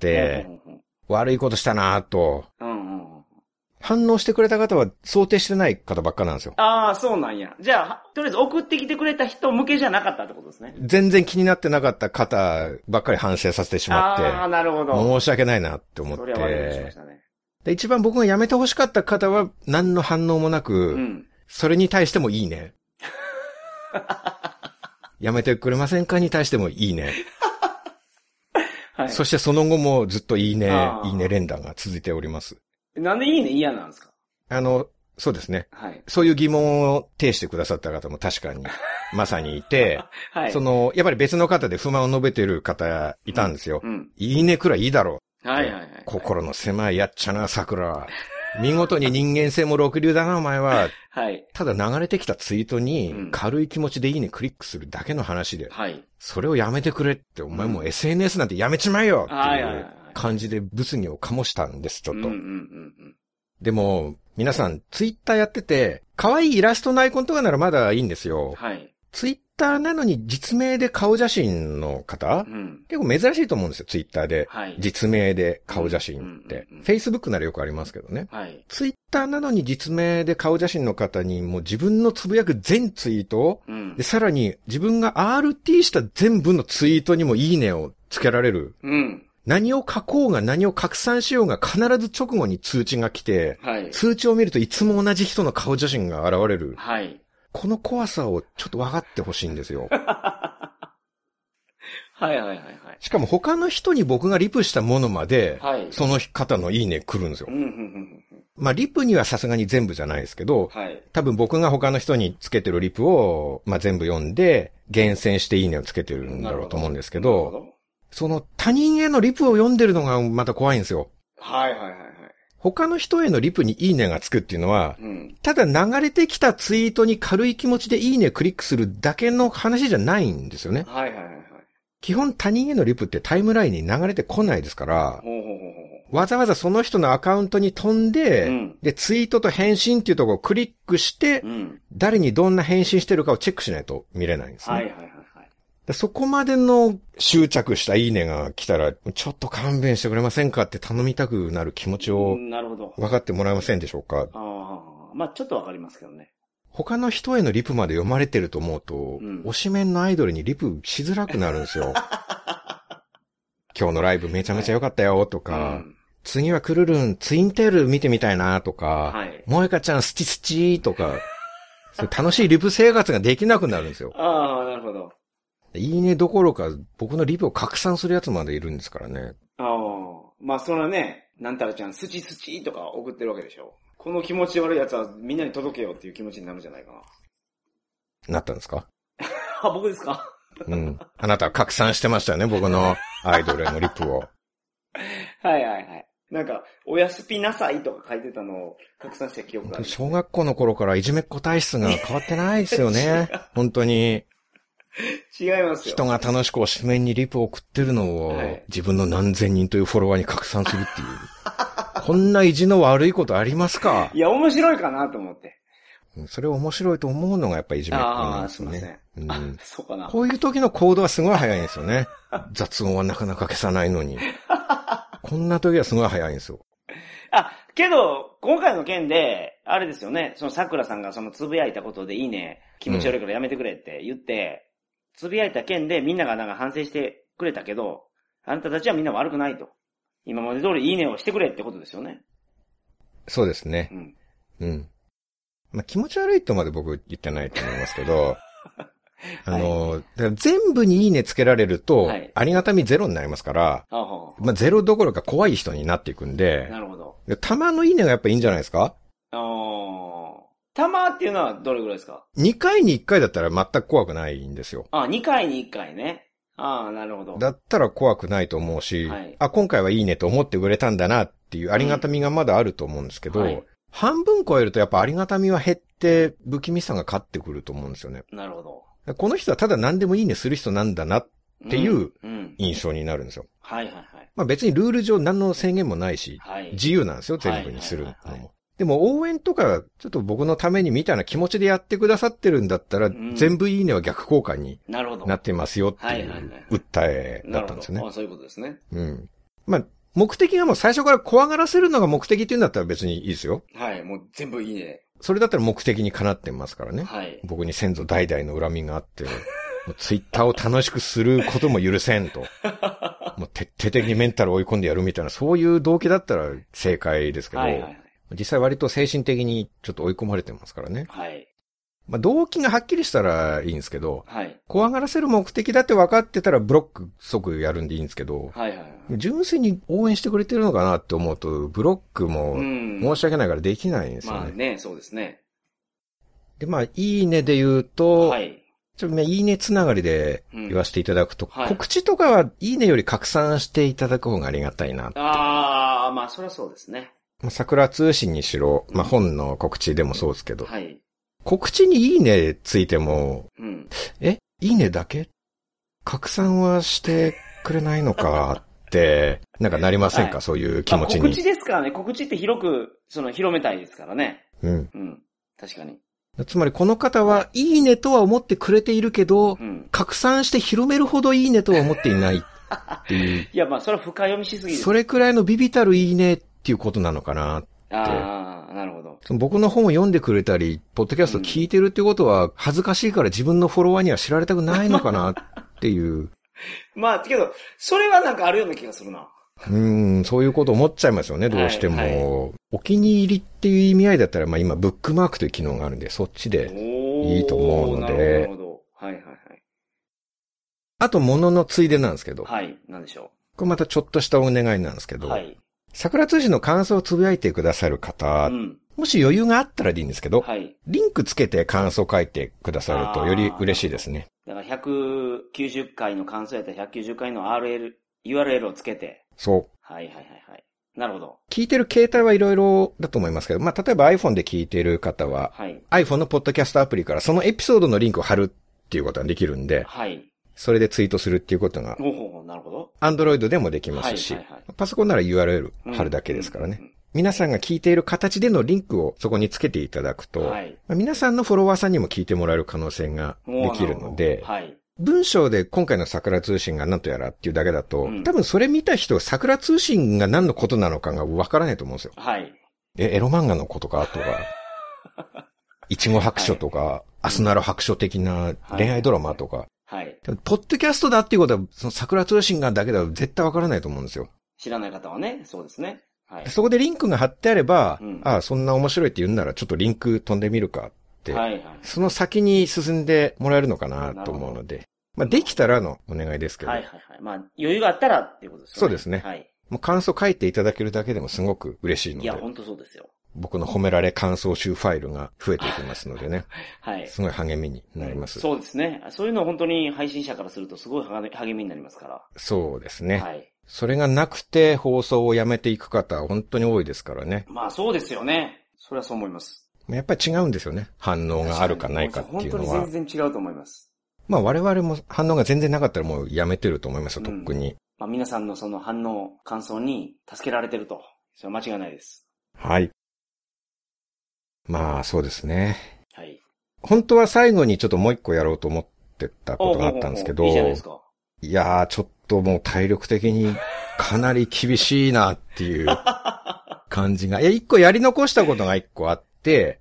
うんうん、悪いことしたなぁと。うんうん反応してくれた方は想定してない方ばっかなんですよ。 ああ、そうなんや。じゃあ、とりあえず送ってきてくれた人向けじゃなかったってことですね。 全然気になってなかった方ばっかり反省させてしまって。 ああ、なるほど。 申し訳ないなって思って。それは悪いことしましたね。で、一番僕がやめて欲しかった方は何の反応もなく、うん、それに対してもいいね。やめてくれませんかに対してもいいね。はい、そしてその後もずっといいね、いいね連打が続いております。 なんでいいね嫌なんですか？ あの、そうですね。はい。そういう疑問を呈してくださった方も確かに、まさにいて、はい。その、やっぱり別の方で不満を述べてる方いたんですよ。うん。うん、いいねくらいいいだろう。はいはいはい、はい。心の狭いやっちゃな桜。見事に人間性も六流だなお前は。はい。ただ流れてきたツイートに、軽い気持ちでいいねクリックするだけの話で。はい。それをやめてくれって、お前もう エスエヌエス なんてやめちまえよっていう。はいはいはい。感じで物議を醸したんです、ちょっと。うんうんうんうん、でも、皆さん、ツイッターやってて、可愛いイラストのアイコンとかならまだいいんですよ。はい。ツイッターなのに実名で顔写真の方、うん、結構珍しいと思うんですよ、ツイッターで。はい。実名で顔写真って。フェイスブックならよくありますけどね。はい。ツイッターなのに実名で顔写真の方にもう自分のつぶやく全ツイート、うん、で、さらに自分が アールティー した全部のツイートにもいいねをつけられる。うん。何を書こうが何を拡散しようが必ず直後に通知が来て、はい、通知を見るといつも同じ人の顔写真が現れる。はい、この怖さをちょっと分かってほしいんですよ。はいはいはいはい。しかも他の人に僕がリプしたものまで、はい、その方のいいね来るんですよ。うんうんうん、まあリプにはさすがに全部じゃないですけど、はい、多分僕が他の人につけてるリプを、まあ、全部読んで厳選していいねをつけてるんだろうと思うんですけど、どその他人へのリプを読んでるのがまた怖いんですよ。はいはいはいはい。他の人へのリプにいいねがつくっていうのは、うん、ただ流れてきたツイートに軽い気持ちでいいねクリックするだけの話じゃないんですよね。はいはいはい。基本他人へのリプってタイムラインに流れてこないですから、ほうほうほうわざわざその人のアカウントに飛んで、うん、で、ツイートと返信っていうところをクリックして、うん、誰にどんな返信してるかをチェックしないと見れないんですね。はいはいはい。そこまでの執着したいいねが来たら、ちょっと勘弁してくれませんかって頼みたくなる気持ちを、なるほど。分かってもらえませんでしょうか。ああ、まあちょっとわかりますけどね。 他の人へのリプまで読まれてると思うと、うん、推しメンのアイドルにリプしづらくなるんですよ。今日のライブめちゃめちゃ良かったよとか、はいうん、次はクルルンツインテール見てみたいなとか、はい、萌香ちゃんスチスチとか、楽しいリプ生活ができなくなるんですよ。 ああ、なるほど。 いいねどころか僕のリプを拡散するやつまでいるんですからね。 ああ、まあそのね、なんたらちゃんスチスチとか送ってるわけでしょ。この気持ち悪いやつはみんなに届けようっていう気持ちになるんじゃないかな。 なったんですか？ あ、僕ですか？ うん。あなたは拡散してましたよね、僕のアイドルへのリプを。 はいはいはい。なんか、おやすみなさいとか書いてたのを拡散した記憶がある、ね。 小学校の頃からいじめっ子体質が変わってないですよね。本当に。 違いますよ。 人が楽しく推しメンにリプを送ってるのを、はい、自分の何千人というフォロワーに拡散するっていう。 こんな意地の悪いことありますか？ いや、面白いかなと思って。 それを面白いと思うのがやっぱいじめっ子なんですよね。 ああ、すいません。うん、そうかな。 こういう時の行動はすごい早いんですよね。雑音はなかなか消さないのに。こんな時はすごい早いんですよ。 あ、けど、今回の件で、あれですよね、その桜さんがそのつぶやいたことでいいね、気持ち悪いからやめてくれって言って、うん、つぶやいた件でみんながなんか反省してくれたけど、あなたたちはみんな悪くないと。今まで通りいいねをしてくれってことですよね。 そうですね。うん。うん。まあ、気持ち悪いとまで僕言ってないと思いますけど、あの、はい、だから全部にいいねつけられると、はい、ありがたみゼロになりますから、まあ、ゼロどころか怖い人になっていくんで、 なるほど。 たまのいいねがやっぱいいんじゃないですか？ あたまっていうのはどれぐらいですか？ にかいにいっかいだったら全く怖くないんですよ。 あ、にかいにいっかいね。ああ、なるほど。 だったら怖くないと思うし、はい、あ、今回はいいねと思ってくれたんだなっていうありがたみがまだあると思うんですけど、うんはい、半分超えるとやっぱありがたみは減って不気味さが勝ってくると思うんですよね。 なるほど。 この人はただ何でもいいねする人なんだなっていう印象になるんですよ。 うんうん、はいはいはい。 まあ別にルール上何の制限もないし、はい、自由なんですよ、全部にするのも。はいはいはいはい、でも応援とか、ちょっと僕のためにみたいな気持ちでやってくださってるんだったら、うん、全部いいねは逆効果になってますよっていう訴えだったんですよね。 なるほど。あ、そういうことですね。 うん。まあ、目的がもう最初から怖がらせるのが目的っていうんだったら別にいいですよ。 はい、もう全部いいね。 それだったら目的にかなってますからね。はい。僕に先祖代々の恨みがあって、もうツイッターを楽しくすることも許せんと。もう徹底的にメンタル追い込んでやるみたいな、そういう動機だったら正解ですけど、はいはいはい、実際割と精神的にちょっと追い込まれてますからね。はい。まあ動機がはっきりしたらいいんですけど、はい。怖がらせる目的だって分かってたらブロック即やるんでいいんですけど、はいはいはい。純粋に応援してくれてるのかなって思うと、ブロックも申し訳ないからできないんですよね。 まあね、そうですね。 で、まあ、いいねで言うと、はい。ちょっとね、いいねつながりで言わせていただくと、うんはい、告知とかはいいねより拡散していただく方がありがたいなって。 ああ、まあそりゃそうですね。 桜通信にしろ、まあ本の告知でもそうですけど、うん、はい。告知にいいねついても、うん、え、いいねだけ拡散はしてくれないのかって、なんかなりませんか、はい、そういう気持ちに。 まあ、告知ですからね、告知って広く、その広めたいですからね。うん。うん。確かに。 つまりこの方は、いいねとは思ってくれているけど、うん、拡散して広めるほどいいねとは思っていないっていう。 いや、まあ、それは深読みしすぎる。 それくらいのビビたるいいねっていうことなのかなって。 ああ、なるほど。 その僕の本を読んでくれたり、ポッドキャスト聞いてるってことは、恥ずかしいから自分のフォロワーには知られたくないのかなっていう。 まあ、けど、それはなんかあるような気がするな。 うーん、そういうこと思っちゃいますよね、どうしても。はいはい、お気に入りっていう意味合いだったら、まあ今、ブックマークという機能があるんで、そっちでいいと思うので。なるほど。はいはいはい。あと、もののついでなんですけど。 はい、なんでしょう。 これまたちょっとしたお願いなんですけど。はい。桜通信の感想をつぶやいてくださる方、うん、もし余裕があったらでいいんですけど、はい。リンクつけて感想書いてくださるとより嬉しいですね。 だからひゃくきゅうじゅっかいの感想やったらひゃくきゅうじゅっかいの アールエル、ユーアールエル をつけて。 そう。 はいはいはいはい。なるほど。 聞いてる形態はいろいろだと思いますけど、まあ、例えば iPhone で聞いている方は、はい、iPhone のポッドキャストアプリからそのエピソードのリンクを貼るっていうことができるんで、はい。それでツイートするっていうことが、 ほうほうほう、なるほど。 Android でもできますし、はいはいはい、パソコンなら ユーアールエル 貼るだけですからね。うんうんうん、皆さんが聞いている形でのリンクをそこにつけていただくと、はい、まあ、皆さんのフォロワーさんにも聞いてもらえる可能性ができるので、はい、文章で今回の桜通信が何とやらっていうだけだと、うん、多分それ見た人、桜通信が何のことなのかがわからないと思うんですよ。はい。え、エロ漫画のことかとか、いちご白書とか、はい、アスナロ白書的な恋愛ドラマとか、はいはい。ポッドキャストだっていうことは、その桜通信がだけでは絶対わからないと思うんですよ。 知らない方はね、そうですね。はい。 そこでリンクが貼ってあれば、うん、ああ、そんな面白いって言うんならちょっとリンク飛んでみるかって、はいはい、その先に進んでもらえるのかなと思うので、まあできたらのお願いですけど。 はいはいはい。まあ余裕があったらっていうことですね。 そうですね。はい。もう感想書いていただけるだけでもすごく嬉しいので。 いや、本当そうですよ。 僕の褒められ感想集ファイルが増えていきますのでね。はい。すごい励みになります、 うん。そうですね。そういうのを本当に配信者からするとすごい励みになりますから。 そうですね。はい。それがなくて放送をやめていく方は本当に多いですからね。 まあそうですよね。それはそう思います。 やっぱり違うんですよね。反応があるかないかっていうのは。 本当に全然違うと思います。 まあ我々も反応が全然なかったらもうやめてると思いますよ、とっくに。 まあ皆さんのその反応、感想に助けられてるとそれは間違いないです。 はい。まあ、そうですね。 はい。 本当は最後にちょっともう一個やろうと思ってたことがあったんですけど、 いいじゃないですか。 いやー、ちょっともう体力的にかなり厳しいなっていう感じが。いや、一個やり残したことが一個あって、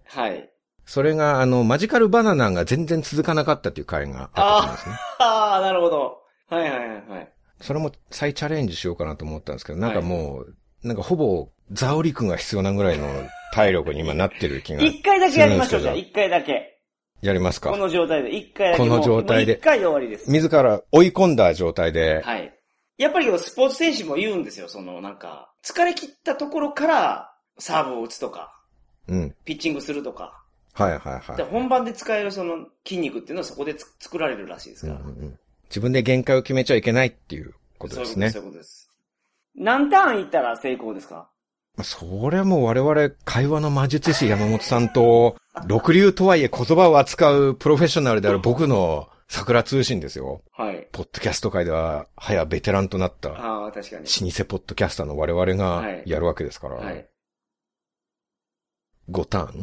はい。 それが、あの、マジカルバナナが全然続かなかったっていう回があったと思うんですね。 ああ、なるほど。はいはいはいはい。 それも再チャレンジしようかなと思ったんですけど、なんかもう、はい、なんかほぼ、ザオリ君が必要なぐらいの体力に今なってる気がするんですけど。 一回だけやりましょう、じゃあ、一回だけ。 やりますか。 この状態で、一回だけ。 この状態で。 一回で終わりです。 自ら追い込んだ状態で。 はい。やっぱりスポーツ選手も言うんですよ、そのなんか、疲れ切ったところからサーブを打つとか、 うん。 ピッチングするとか。 はいはいはい。 で本番で使えるその筋肉っていうのはそこで作られるらしいですから、 うんうん。自分で限界を決めちゃいけないっていうことですね。 そういうことです。何ターンいったら成功ですか？ それはもう我々会話の魔術師山本さんと、六流とはいえ言葉を扱うプロフェッショナルである僕の桜通信ですよ。 はい。 ポッドキャスト界では早ベテランとなった。 ああ、確かに。 老舗ポッドキャスターの我々がやるわけですから。はい。ごターン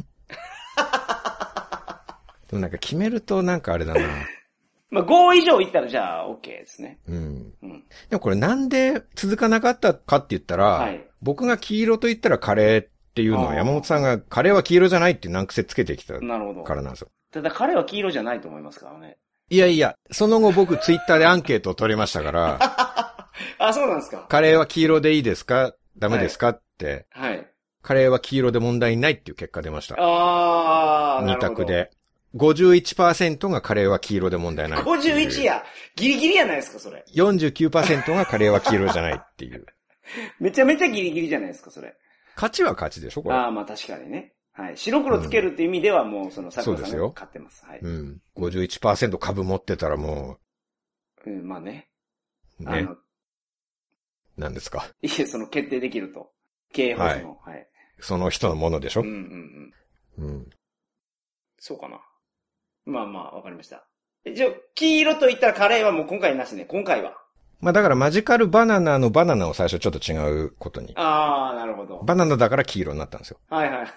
でもなんか決めるとなんかあれだな。 まあご以上いったらじゃあ OK ですね。 うん。うん、でもこれなんで続かなかったかって言ったら、はい、僕が黄色と言ったらカレーっていうのは山本さんがカレーは黄色じゃないっていう難癖つけてきたからなんですよ。 ただカレーは黄色じゃないと思いますからね。 いやいや、その後僕ツイッターでアンケートを取りましたから。 あ、そうなんですか。 カレーは黄色でいいですか？ダメですか？って。 はい。 カレーは黄色で問題ないっていう結果出ました。 ああ、 二択で。ごじゅういちパーセント がカレーは黄色で問題ない。 ごじゅういちや。ギリギリやないですか、それ。 よんじゅうきゅうパーセント がカレーは黄色じゃないっていう。 めちゃめちゃギリギリじゃないですか、それ。 勝ちは勝ちでしょ、これ。 ああ、まあ確かにね。はい。白黒つけるっていう意味ではもう、その、桜さんが勝ってます。はい。 うん。ごじゅういちパーセント 株持ってたらもう。うん、まあね。 ね。あの、何ですか。 いえ、その決定できると。経営法の、はい。はい。 その人のものでしょ。 うんうんうん。うん。そうかな。まあまあ、わかりました。じゃあ、黄色と言ったらカレーはもう今回なしね。今回は。 まあだからマジカルバナナのバナナを最初ちょっと違うことに。 ああ、なるほど。 バナナだから黄色になったんですよ。 はいはい。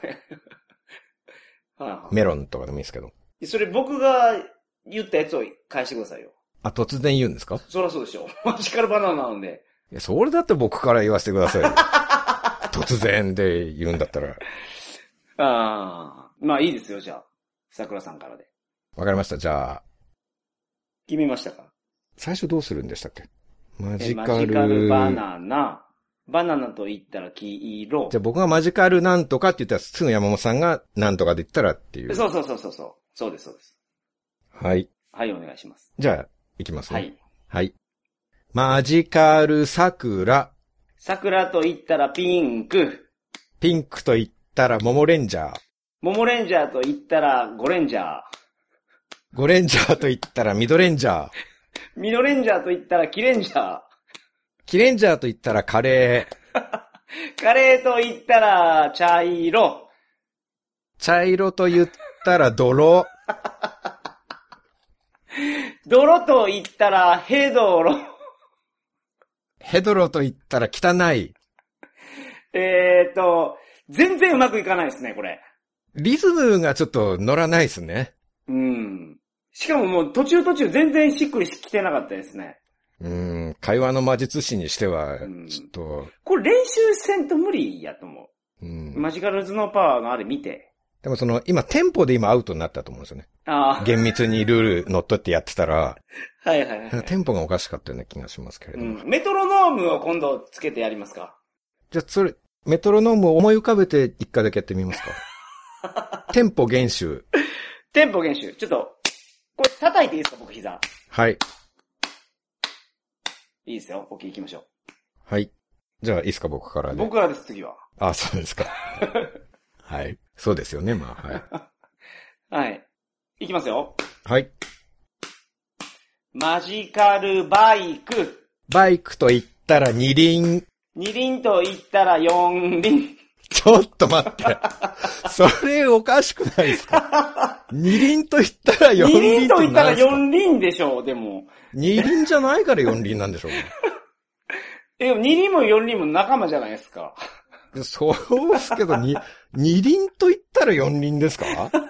はい、メロンとかでもいいですけど。 それ僕が言ったやつを返してくださいよ。 あ、突然言うんですか？ そりゃそうでしょ。マジカルバナナなんで。 いや、それだって僕から言わせてくださいよ。突然で言うんだったら。 ああ、まあいいですよ、じゃあ。桜さんからで。 わかりました。じゃあ。 決めましたか？ 最初どうするんでしたっけ？マジカル。 マジカルバナナ。バナナと言ったら黄色。 じゃあ僕がマジカルなんとかって言ったらすぐ山本さんがなんとかで言ったらっていう。 そうそうそうそうそう。そうです、そうです。 はい。 はい、お願いします。 じゃあ、いきますね。 はい。 はい。マジカル桜。 桜と言ったらピンク。 ピンクと言ったらモモレンジャー。 モモレンジャーと言ったらゴレンジャー。 ゴレンジャーと言ったらミドレンジャー。 ミドレンジャーと言ったらキレンジャー。 キレンジャーと言ったらカレー。カレーと言ったら茶色。 茶色と言ったら泥。 泥と言ったらヘドロ。 ヘドロと言ったら汚い。 えーと、全然うまくいかないですね、これ。 リズムがちょっと乗らないですね。 うん。しかももう途中途中全然しっくりきてなかったですね。 うん。会話の魔術師にしては、ちょっと、うん。 これ練習せんと無理やと思う。うん。マジカル頭脳パワーのあれ見て。 でもその、今テンポで今アウトになったと思うんですよね。ああ。厳密にルール乗っ取ってやってたら。 はいはいはい。 テンポがおかしかったような気がしますけれども。 うん。メトロノームを今度つけてやりますか？ じゃあそれ、メトロノームを思い浮かべて一回だけやってみますか？テンポ厳守。 テンポ厳守。ちょっと、これ叩いていいですか、僕膝。 はい。 いいですよ。OK 行きましょう。 はい。じゃあいいですか、僕からで。 僕からです、次は。 あ、そうですか。はい。そうですよね、まあ、はい。 はい。いきますよ。 はい。 マジカルバイク。 バイクと言ったら二輪。 二輪と言ったら四輪。 ちょっと待って。それおかしくないですか？二輪と言ったら四輪。 二輪と言ったら四輪でしょう、でも。 二輪じゃないから四輪なんでしょう。 え、二輪も四輪も仲間じゃないですか。 そうですけど、に、二輪と言ったら四輪ですか？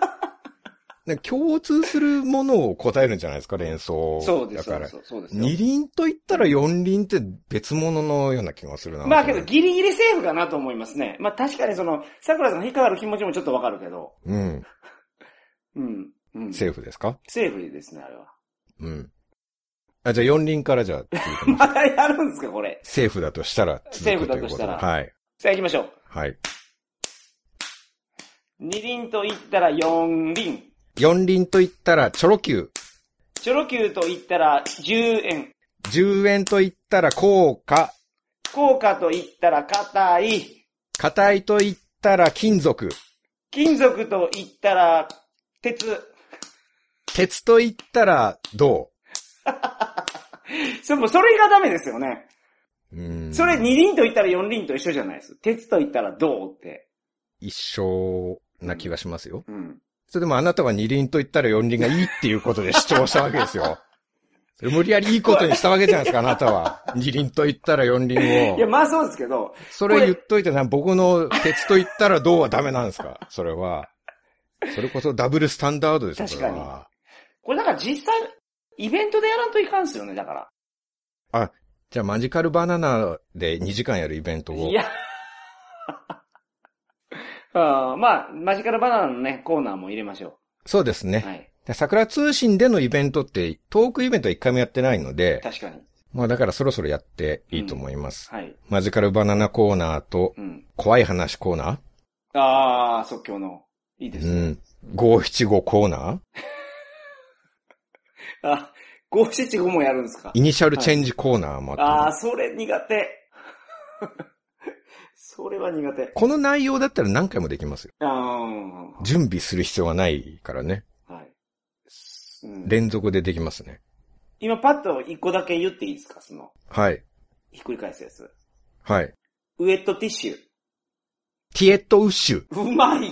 共通するものを答えるんじゃないですか、連想。 そうです。 だから、 そうそうです。 二輪と言ったら四輪って別物のような気がするな。 まあけど、ギリギリセーフかなと思いますね。まあ確かにその、桜さんの引っかかる気持ちもちょっとわかるけど。 うん。 うん。うん。 セーフですか？ セーフですね、あれは。 うん。あ、じゃあ四輪からじゃあまたやるんですか、これ。 セーフだとしたら続くということで。 セーフだとしたら。 はい。 さあ行きましょう。 はい。 二輪と言ったら四輪。 四輪と言ったらチョロ Q。 チョロ Q と言ったら十円。 十円と言ったら硬貨。 硬貨と言ったら硬い。 硬いと言ったら金属。 金属と言ったら鉄。 鉄と言ったら銅。 それもそれがダメですよね。 うーん。 それ二輪と言ったら四輪と一緒じゃないです。鉄と言ったら銅って。 一緒な気がしますよ。 うん。うん、 それでもあなたは二輪と言ったら四輪がいいっていうことで主張したわけですよ。無理やりいいことにしたわけじゃないですか、あなたは。二輪と言ったら四輪を。 いや、まあそうですけど。 それ言っといてな、僕の鉄と言ったら銅はダメなんですか、それは。それこそダブルスタンダードですよ、 確かに。これだから実際、イベントでやらんといかんすよね、だから。 あ、じゃあマジカルバナナでにじかんやるイベントを。 いや。あまあ、マジカルバナナのね、コーナーも入れましょう。そうですね。 はい。 桜通信でのイベントって、トークイベントは一回もやってないので。 確かに。 まあだからそろそろやっていいと思います。 うん、はい。 マジカルバナナコーナーと、うん、怖い話コーナーああ、即興の。いいですね。うん。 五七五コーナーあ、五七五もやるんですか？ イニシャルチェンジコーナーもあって、 はい、ああ、それ苦手。それは苦手。 この内容だったら何回もできますよ。 あ準備する必要がないからね。はい。うん、連続でできますね。 今パッと一個だけ言っていいですか、その。 はい。 ひっくり返すやつ。 はい。 ウエットティッシュ。 ティエットウッシュ。 うまい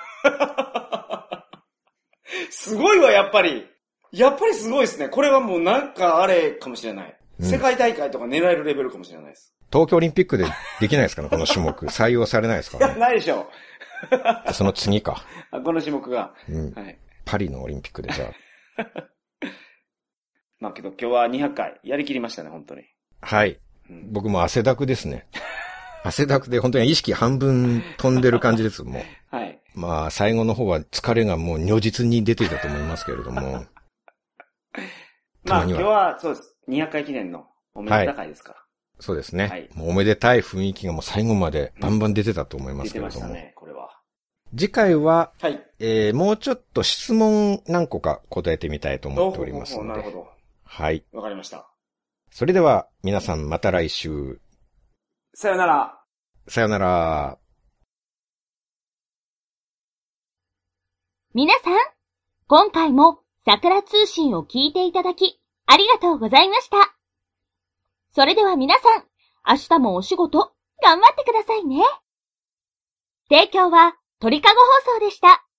すごいわ、やっぱり。やっぱりすごいですね。これはもうなんかあれかもしれない。うん、世界大会とか狙えるレベルかもしれないです。 東京オリンピックでできないですかね、この種目。採用されないですかね。 いや、ないでしょ。 その次か。 あ、この種目が。 うん。はい。パリのオリンピックでじゃあ。 まあけど今日はにひゃっかいやりきりましたね、本当に。 はい。うん、僕も汗だくですね。汗だくで本当に意識半分飛んでる感じです、もう。はい。まあ最後の方は疲れがもう如実に出ていたと思いますけれども。 まあ今日はそうです。にひゃっかい記念のおめでた会ですから。はい、 そうですね。はい。もうおめでたい雰囲気がもう最後までバンバン出てたと思いますけれども。 出てましたね、これは。 次回は、はい。えー、もうちょっと質問何個か答えてみたいと思っておりますので。なるほど。はい。 わかりました。 それでは皆さんまた来週。 さよなら。 さよなら。 皆さん、今回も桜通信を聞いていただき、ありがとうございました。それでは皆さん、明日もお仕事、頑張ってくださいね。提供は鳥かご放送でした。